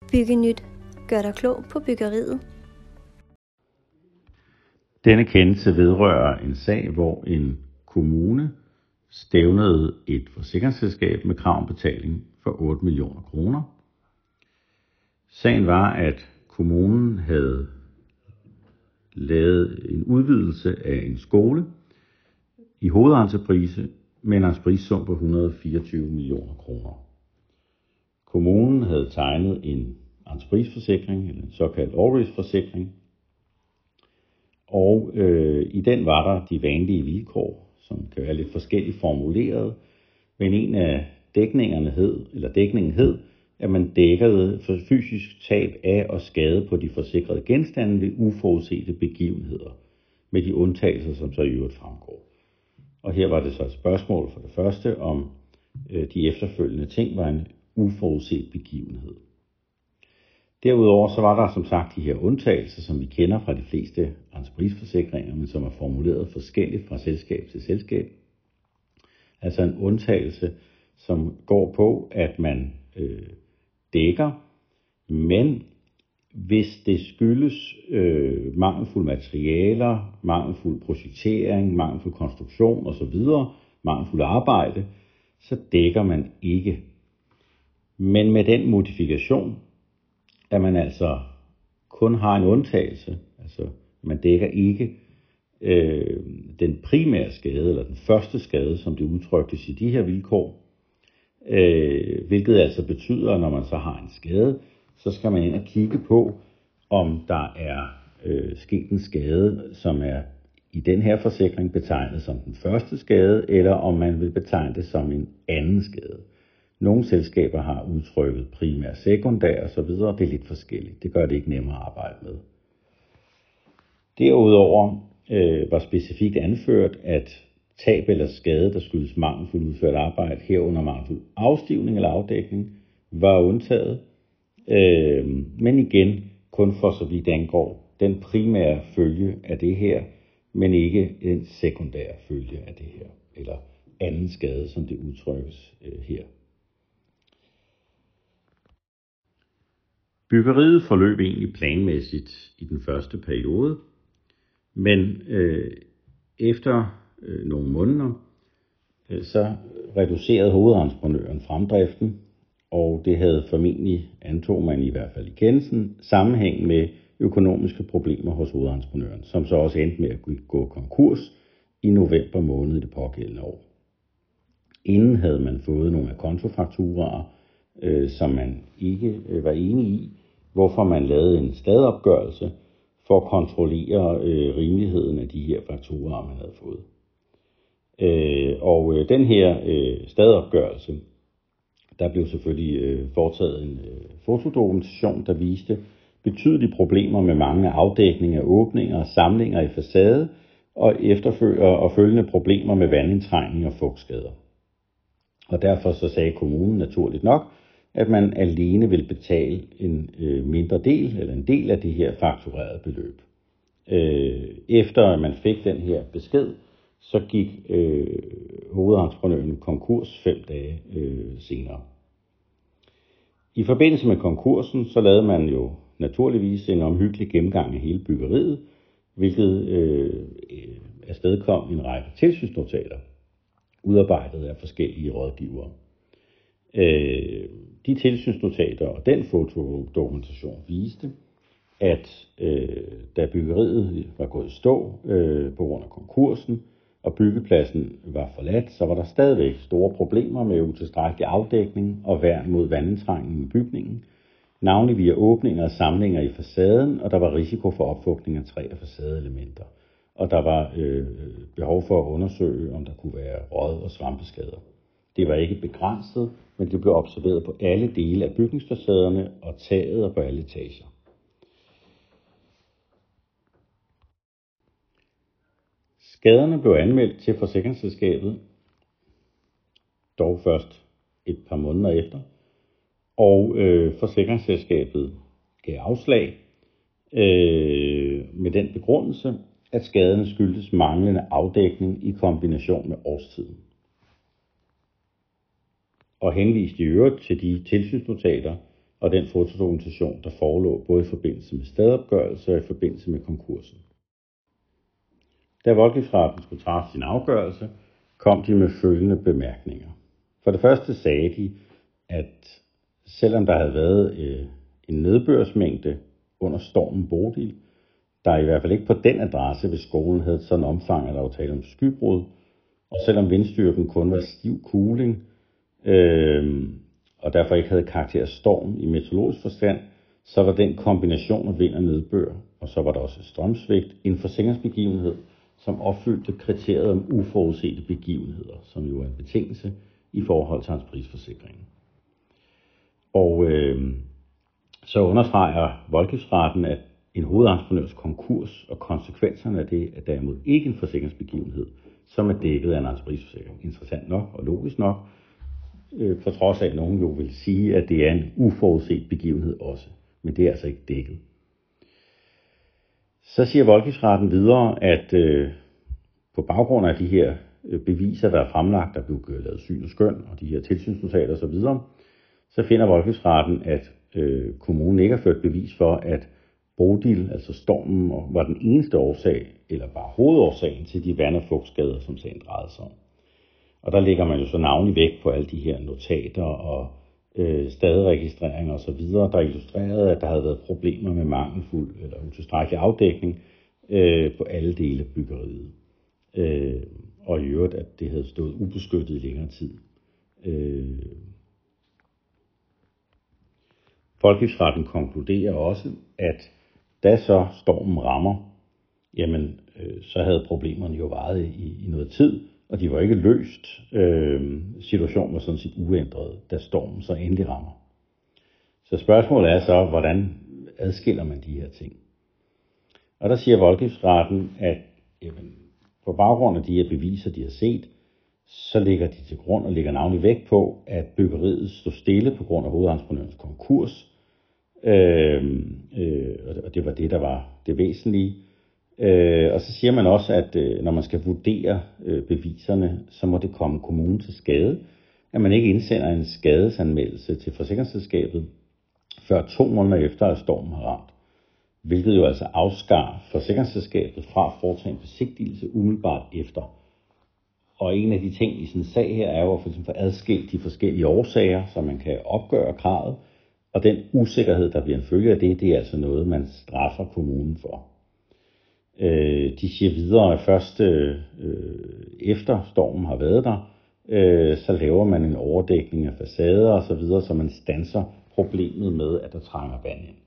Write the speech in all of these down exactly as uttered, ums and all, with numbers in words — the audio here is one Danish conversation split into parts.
Byggenyt. Gør dig klog på byggeriet. Denne kendelse vedrører en sag, hvor en kommune stævnede et forsikringsselskab med krav om betaling for otte millioner kroner. Sagen var, at kommunen havde lavet en udvidelse af en skole i hovedentreprise med en entreprisesum på et hundrede og fireogtyve millioner kroner. Kommunen havde tegnet en entrepriseforsikring, eller en såkaldt all-risk-forsikring, og øh, i den var der de vanlige vilkår, som kan være lidt forskelligt formuleret, men en af dækningerne hed, eller dækningen hed, at man dækkede for fysisk tab af og skade på de forsikrede genstande ved uforudsete begivenheder, med de undtagelser, som så i øvrigt fremgår. Og her var det så et spørgsmål for det første, om øh, de efterfølgende ting var en uforudset begivenhed. Derudover så var der som sagt de her undtagelser, som vi kender fra de fleste entrepriseforsikringer, men som er formuleret forskelligt fra selskab til selskab. Altså en undtagelse, som går på, at man øh, dækker, men hvis det skyldes øh, mangelfulde materialer, mangelfuld projektering, mangelfuld konstruktion osv., mangelfuld arbejde, så dækker man ikke. Men med den modifikation, at man altså kun har en undtagelse, altså man dækker ikke øh, den primære skade, eller den første skade, som det udtryktes i de her vilkår, øh, hvilket altså betyder, at når man så har en skade, så skal man ind og kigge på, om der er øh, sket en skade, som er i den her forsikring betegnet som den første skade, eller om man vil betegne det som en anden skade. Nogle selskaber har udtrykket primær, sekundær og så videre. Det er lidt forskelligt. Det gør det ikke nemmere at arbejde med. Derudover øh, var specifikt anført, at tab eller skade, der skyldes mangelfuldt udført arbejde, herunder mangelfuld afstivning eller afdækning, var undtaget. Øh, men igen, kun for så vidt angår den primære følge af det her, men ikke den sekundære følge af det her, eller anden skade, som det udtrykkes øh, her. Byggeriet forløb egentlig planmæssigt i den første periode, men øh, efter øh, nogle måneder, øh, så reducerede hovedentreprenøren fremdriften, og det havde formentlig, antog man i hvert fald i kendelsen, sammenhæng med økonomiske problemer hos hovedentreprenøren, som så også endte med at gå konkurs i november måned i det pågældende år. Inden havde man fået nogle acontofakturaer, øh, som man ikke øh, var enig i, hvorfor man lavede en stadopgørelse for at kontrollere øh, rimeligheden af de her fakturaer, man havde fået. Øh, og øh, den her øh, stadopgørelse, der blev selvfølgelig øh, foretaget en øh, fotodokumentation, der viste betydelige problemer med mange afdækninger, åbninger og samlinger i facade, og efterfølger og følgende problemer med vandindtrængning og fugtskader. Og derfor så sagde kommunen naturligt nok, at man alene vil betale en øh, mindre del, eller en del af det her fakturerede beløb. Øh, efter man fik den her besked, så gik øh, hovedentreprenøren konkurs fem dage øh, senere. I forbindelse med konkursen, så lavede man jo naturligvis en omhyggelig gennemgang af hele byggeriet, hvilket øh, afstedkom en række tilsynsnotater, udarbejdet af forskellige rådgivere. Øh, de tilsynsnotater og den fotodokumentation viste, at øh, da byggeriet var gået i stå øh, på grund af konkursen, og byggepladsen var forladt, så var der stadigvæk store problemer med utilstrækkelig afdækning og værn mod vandindtrængning i bygningen, navnlig via åbninger og samlinger i facaden, og der var risiko for opfugtning af træ- og facadeelementer. Og der var øh, behov for at undersøge, om der kunne være råd- og svampeskader. Det var ikke begrænset, men det blev observeret på alle dele af bygningsfacaderne og taget og på alle etager. Skaderne blev anmeldt til forsikringsselskabet, dog først et par måneder efter, og øh, forsikringsselskabet gav afslag øh, med den begrundelse, at skaderne skyldtes manglende afdækning i kombination med årstiden. Og henviste i øvrigt til de tilsynsnotater, og den fotodokumentation, der forelå både i forbindelse med stadopgørelse og i forbindelse med konkursen. Da voldgiftsretten skulle træffe sin afgørelse, kom de med følgende bemærkninger. For det første sagde de, at selvom der havde været øh, en nedbørsmængde under stormen Bodil, der i hvert fald ikke på den adresse ved skolen havde sådan omfang, at der var tale om skybrud, og selvom vindstyrken kun var stiv kuling, øh, og derfor ikke havde karakter af storm i meteorologisk forstand, så var den kombination af vind og nedbør, og så var der også strømsvigt, en forsikringsbegivenhed, som opfyldte kriteriet om uforudsete begivenheder, som jo er en betingelse i forhold til hans prisforsikring. Og øh, så understreger voldgiftsretten, at en hovedentreprenørs konkurs og konsekvenserne af det er derimod ikke en forsikringsbegivenhed, som er dækket af en entreprisforsikring. Interessant nok og logisk nok, øh, på trods af at nogen jo vil sige, at det er en uforudset begivenhed også, men det er altså ikke dækket. Så siger voldgiftsretten videre, at øh, på baggrund af de her øh, beviser, der er fremlagt, der blev lavet syn og skøn, og de her tilsynsnotater osv., så, så finder voldgiftsretten, at øh, kommunen ikke har ført bevis for, at Bodil, altså stormen, var den eneste årsag, eller bare hovedårsagen til de vand- og fugtskader, som sagen drejede sig om. Og der lægger man jo så navnlig vægt på alle de her notater og øh, stadregistreringer osv., der illustrerede, at der havde været problemer med mangelfuld eller utilstrækkelig afdækning øh, på alle dele af byggeriet. Øh, og i øvrigt, at det havde stået ubeskyttet i længere tid. Øh, Voldgiftsretten konkluderer også, at da så stormen rammer, jamen øh, så havde problemerne jo varet i, i noget tid, og de var ikke løst. Øh, situationen var sådan set uændret, da stormen så endelig rammer. Så spørgsmålet er så, hvordan adskiller man de her ting? Og der siger voldgiftsretten, at jamen, på baggrund af de her beviser, de har set, så ligger de til grund og ligger navnlig vægt på, at byggeriet stod stille på grund af hovedentreprenørens konkurs. Øh, øh, og det var det, der var det væsentlige. Øh, og så siger man også, at øh, når man skal vurdere øh, beviserne, så må det komme kommunen til skade, at man ikke indsender en skadesanmeldelse til forsikringsselskabet, før to måneder efter, at stormen har ramt. Hvilket jo altså afskar forsikringsselskabet fra at foretage en besigtigelse umiddelbart efter. Og en af de ting i sådan en sag her er jo at få adskilt de forskellige årsager, så man kan opgøre kravet. Og den usikkerhed, der bliver en følge af det, det er altså noget, man straffer kommunen for. Øh, de siger videre, at først øh, efter stormen har været der, øh, så laver man en overdækning af facader og så videre, så man standser problemet med, at der trænger vand ind.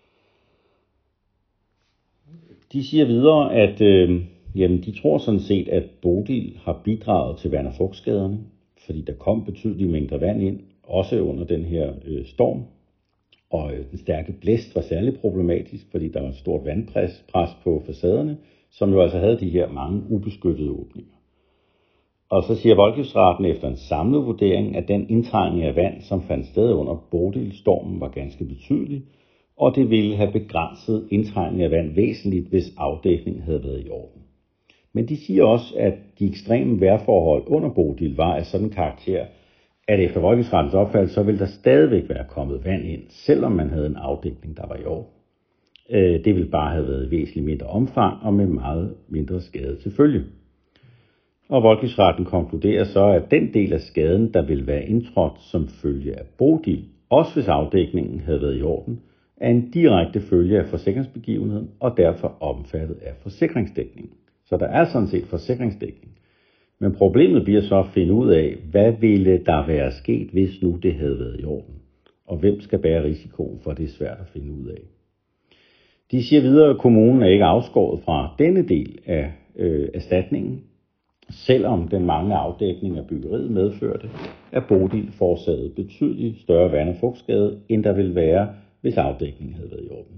De siger videre, at øh, jamen, de tror sådan set, at Bodil har bidraget til vand- og fugtskaderne, fordi der kom betydelige mængder vand ind, også under den her øh, storm. Og øh, den stærke blæst var særlig problematisk, fordi der var et stort vandpres pres på facaderne, som jo altså havde de her mange ubeskyttede åbninger. Og så siger voldgiftsretten efter en samlet vurdering, at den indtrængning af vand, som fandt sted under Bodil-stormen, var ganske betydelig, og det ville have begrænset indtrængning af vand væsentligt, hvis afdækningen havde været i orden. Men de siger også, at de ekstreme vejrforhold under Bodil var af sådan en karakter, at efter voldgiftsrettens opfattelse, så ville der stadigvæk være kommet vand ind, selvom man havde en afdækning, der var i orden. Det ville bare have været i væsentligt mindre omfang og med meget mindre skade til følge. Og voldgiftsretten konkluderer så, at den del af skaden, der ville være indtrådt som følge af Bodil, også hvis afdækningen havde været i orden, er en direkte følge af forsikringsbegivenheden og derfor omfattet af forsikringsdækning. Så der er sådan set forsikringsdækning. Men problemet bliver så at finde ud af, hvad ville der være sket, hvis nu det havde været i orden? Og hvem skal bære risikoen for, det er svært at finde ud af. De siger videre, at kommunen er ikke afskåret fra denne del af øh, erstatningen, selvom den mange afdækning af byggeriet medførte, at Bodil forårsagede betydeligt større vand- og fugtskade, end der ville være, hvis afdækningen havde været i orden.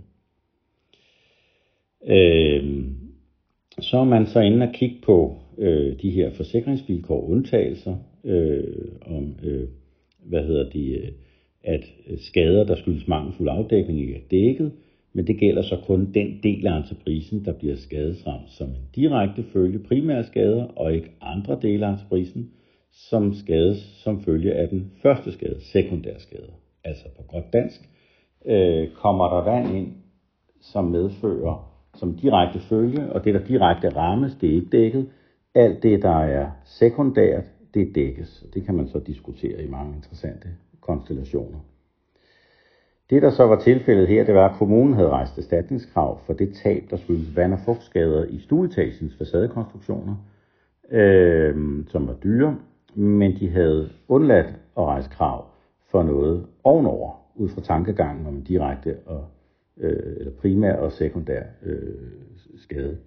Øh, så er man så inde og kigge på øh, de her forsikringsvilkår og undtagelser, øh, om øh, hvad hedder de, øh, at skader, der skyldes mangelfuld afdækning, ikke er dækket, men det gælder så kun den del af entreprisen, der bliver skadesramt som en direkte følge primære skader, og ikke andre dele af entreprisen, som skades som følge af den første skade, sekundære skader. Altså på godt dansk, øh, kommer der vand ind, som medfører, som direkte følge, og det der direkte rammes, det er ikke dækket. Alt det, der er sekundært, det dækkes. Det kan man så diskutere i mange interessante konstellationer. Det, der så var tilfældet her, det var, at kommunen havde rejst erstatningskrav for det tab, der skyldes vand- og fugtskader i stueetagens facadekonstruktioner, øh, som var dyre, men de havde undladt at rejse krav for noget ovenover, ud fra tankegangen om direkte og øh, eller primær og sekundær øh, skade.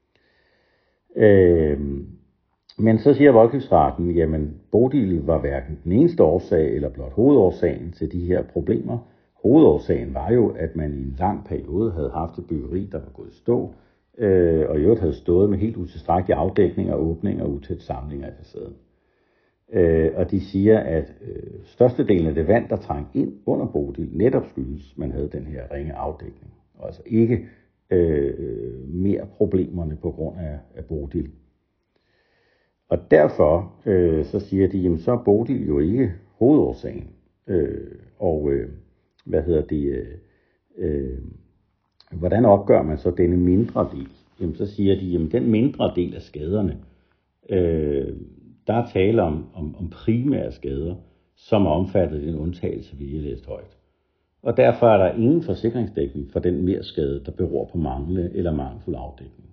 Øh, men så siger voldgiftsretten, jamen Bodil var hverken den eneste årsag eller blot hovedårsagen til de her problemer. Hovedårsagen var jo, at man i en lang periode havde haft et byggeri, der var gået i stå, øh, og i øvrigt havde stået med helt utilstrækkelig afdækning og åbning og utæt samlinger i facaden. Øh, og de siger, at øh, størstedelen af det vand, der trængte ind under Bodil, netop skyldes, man havde den her ringe afdækning. Og altså ikke øh, mere problemerne på grund af, af Bodil. Og derfor øh, så siger de, jamen så er Bodil jo ikke hovedårsagen. Øh, og øh, hvad hedder det? Øh, øh, hvordan opgør man så denne mindre del? Jamen så siger de, jamen den mindre del af skaderne, øh, der er tale om, om, om primære skader, som er omfattet af den undtagelse, vi lige læst højt. Og derfor er der ingen forsikringsdækning for den merskade, der beror på manglende eller mangelfuld afdækning.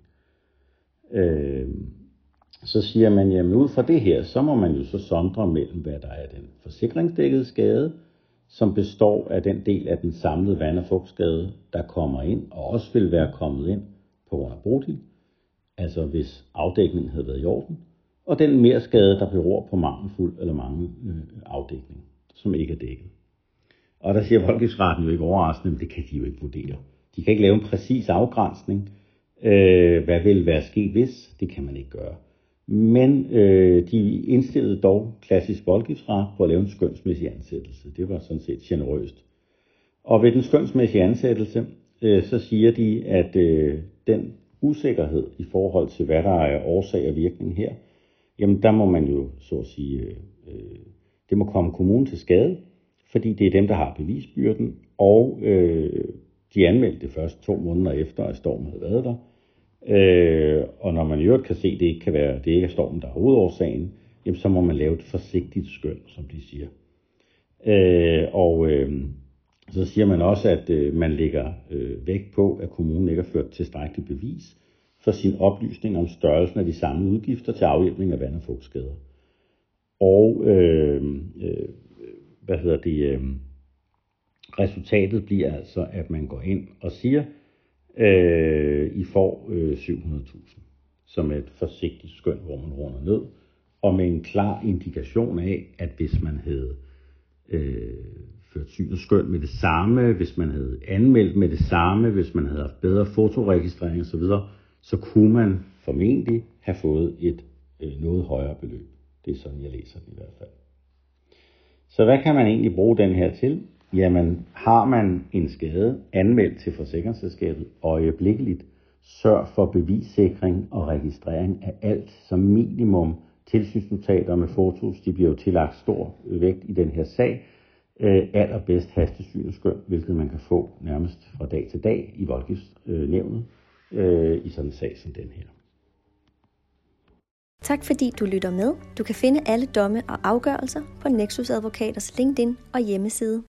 Øh, så siger man, jamen ud fra det her, så må man jo så sondre mellem, hvad der er den forsikringsdækkede skade, som består af den del af den samlede vand- og fugtskade, der kommer ind, og også vil være kommet ind på grund af Bodil, altså hvis afdækningen havde været i orden, og den merskade, der beror på mangelfuld eller manglende afdækning, som ikke er dækket. Og der siger voldgiftsretten jo ikke overraskende, men det kan de jo ikke vurdere. De kan ikke lave en præcis afgrænsning. Øh, hvad vil være sket hvis? Det kan man ikke gøre. Men øh, de indstillede dog klassisk voldgiftsret på at lave en skønsmæssig ansættelse. Det var sådan set generøst. Og ved den skønsmæssige ansættelse, øh, så siger de, at øh, den usikkerhed i forhold til, hvad der er årsag og virkning her, jamen der må man jo så at sige, øh, det må komme kommunen til skade, fordi det er dem, der har bevisbyrden, og øh, de anmeldte det først to måneder efter, at stormen havde været der. Øh, og når man i øvrigt kan se, at det ikke kan være, det ikke er stormen, der er hovedårsagen, jamen så må man lave et forsigtigt skøn, som de siger. Øh, og øh, så siger man også, at øh, man lægger øh, vægt på, at kommunen ikke har ført tilstrækkeligt bevis for sin oplysning om størrelsen af de samme udgifter til afhjælpning af vand- og fugtskader. Og øh, øh, hvad hedder det? Øh, resultatet bliver altså, at man går ind og siger, øh, I får øh, syv hundrede tusind, som er et forsigtigt skøn, hvor man runder ned, og med en klar indikation af, at hvis man havde øh, ført syn og skøn med det samme, hvis man havde anmeldt med det samme, hvis man havde haft bedre fotoregistrering osv., så kunne man formentlig have fået et øh, noget højere beløb. Det er sådan, jeg læser den i hvert fald. Så hvad kan man egentlig bruge den her til? Jamen, har man en skade anmeldt til forsikringsselskabet og øjeblikkeligt, sørg for bevissikring og registrering af alt som minimum. Tilsynsnotater med fotos, de bliver jo tillagt stor vægt i den her sag. Øh, allerbedst hastesyn og skøn, hvilket man kan få nærmest fra dag til dag i voldgiftsnævnet øh, i sådan en sag som den her. Tak fordi du lytter med. Du kan finde alle domme og afgørelser på Nexus Advokaters LinkedIn og hjemmeside.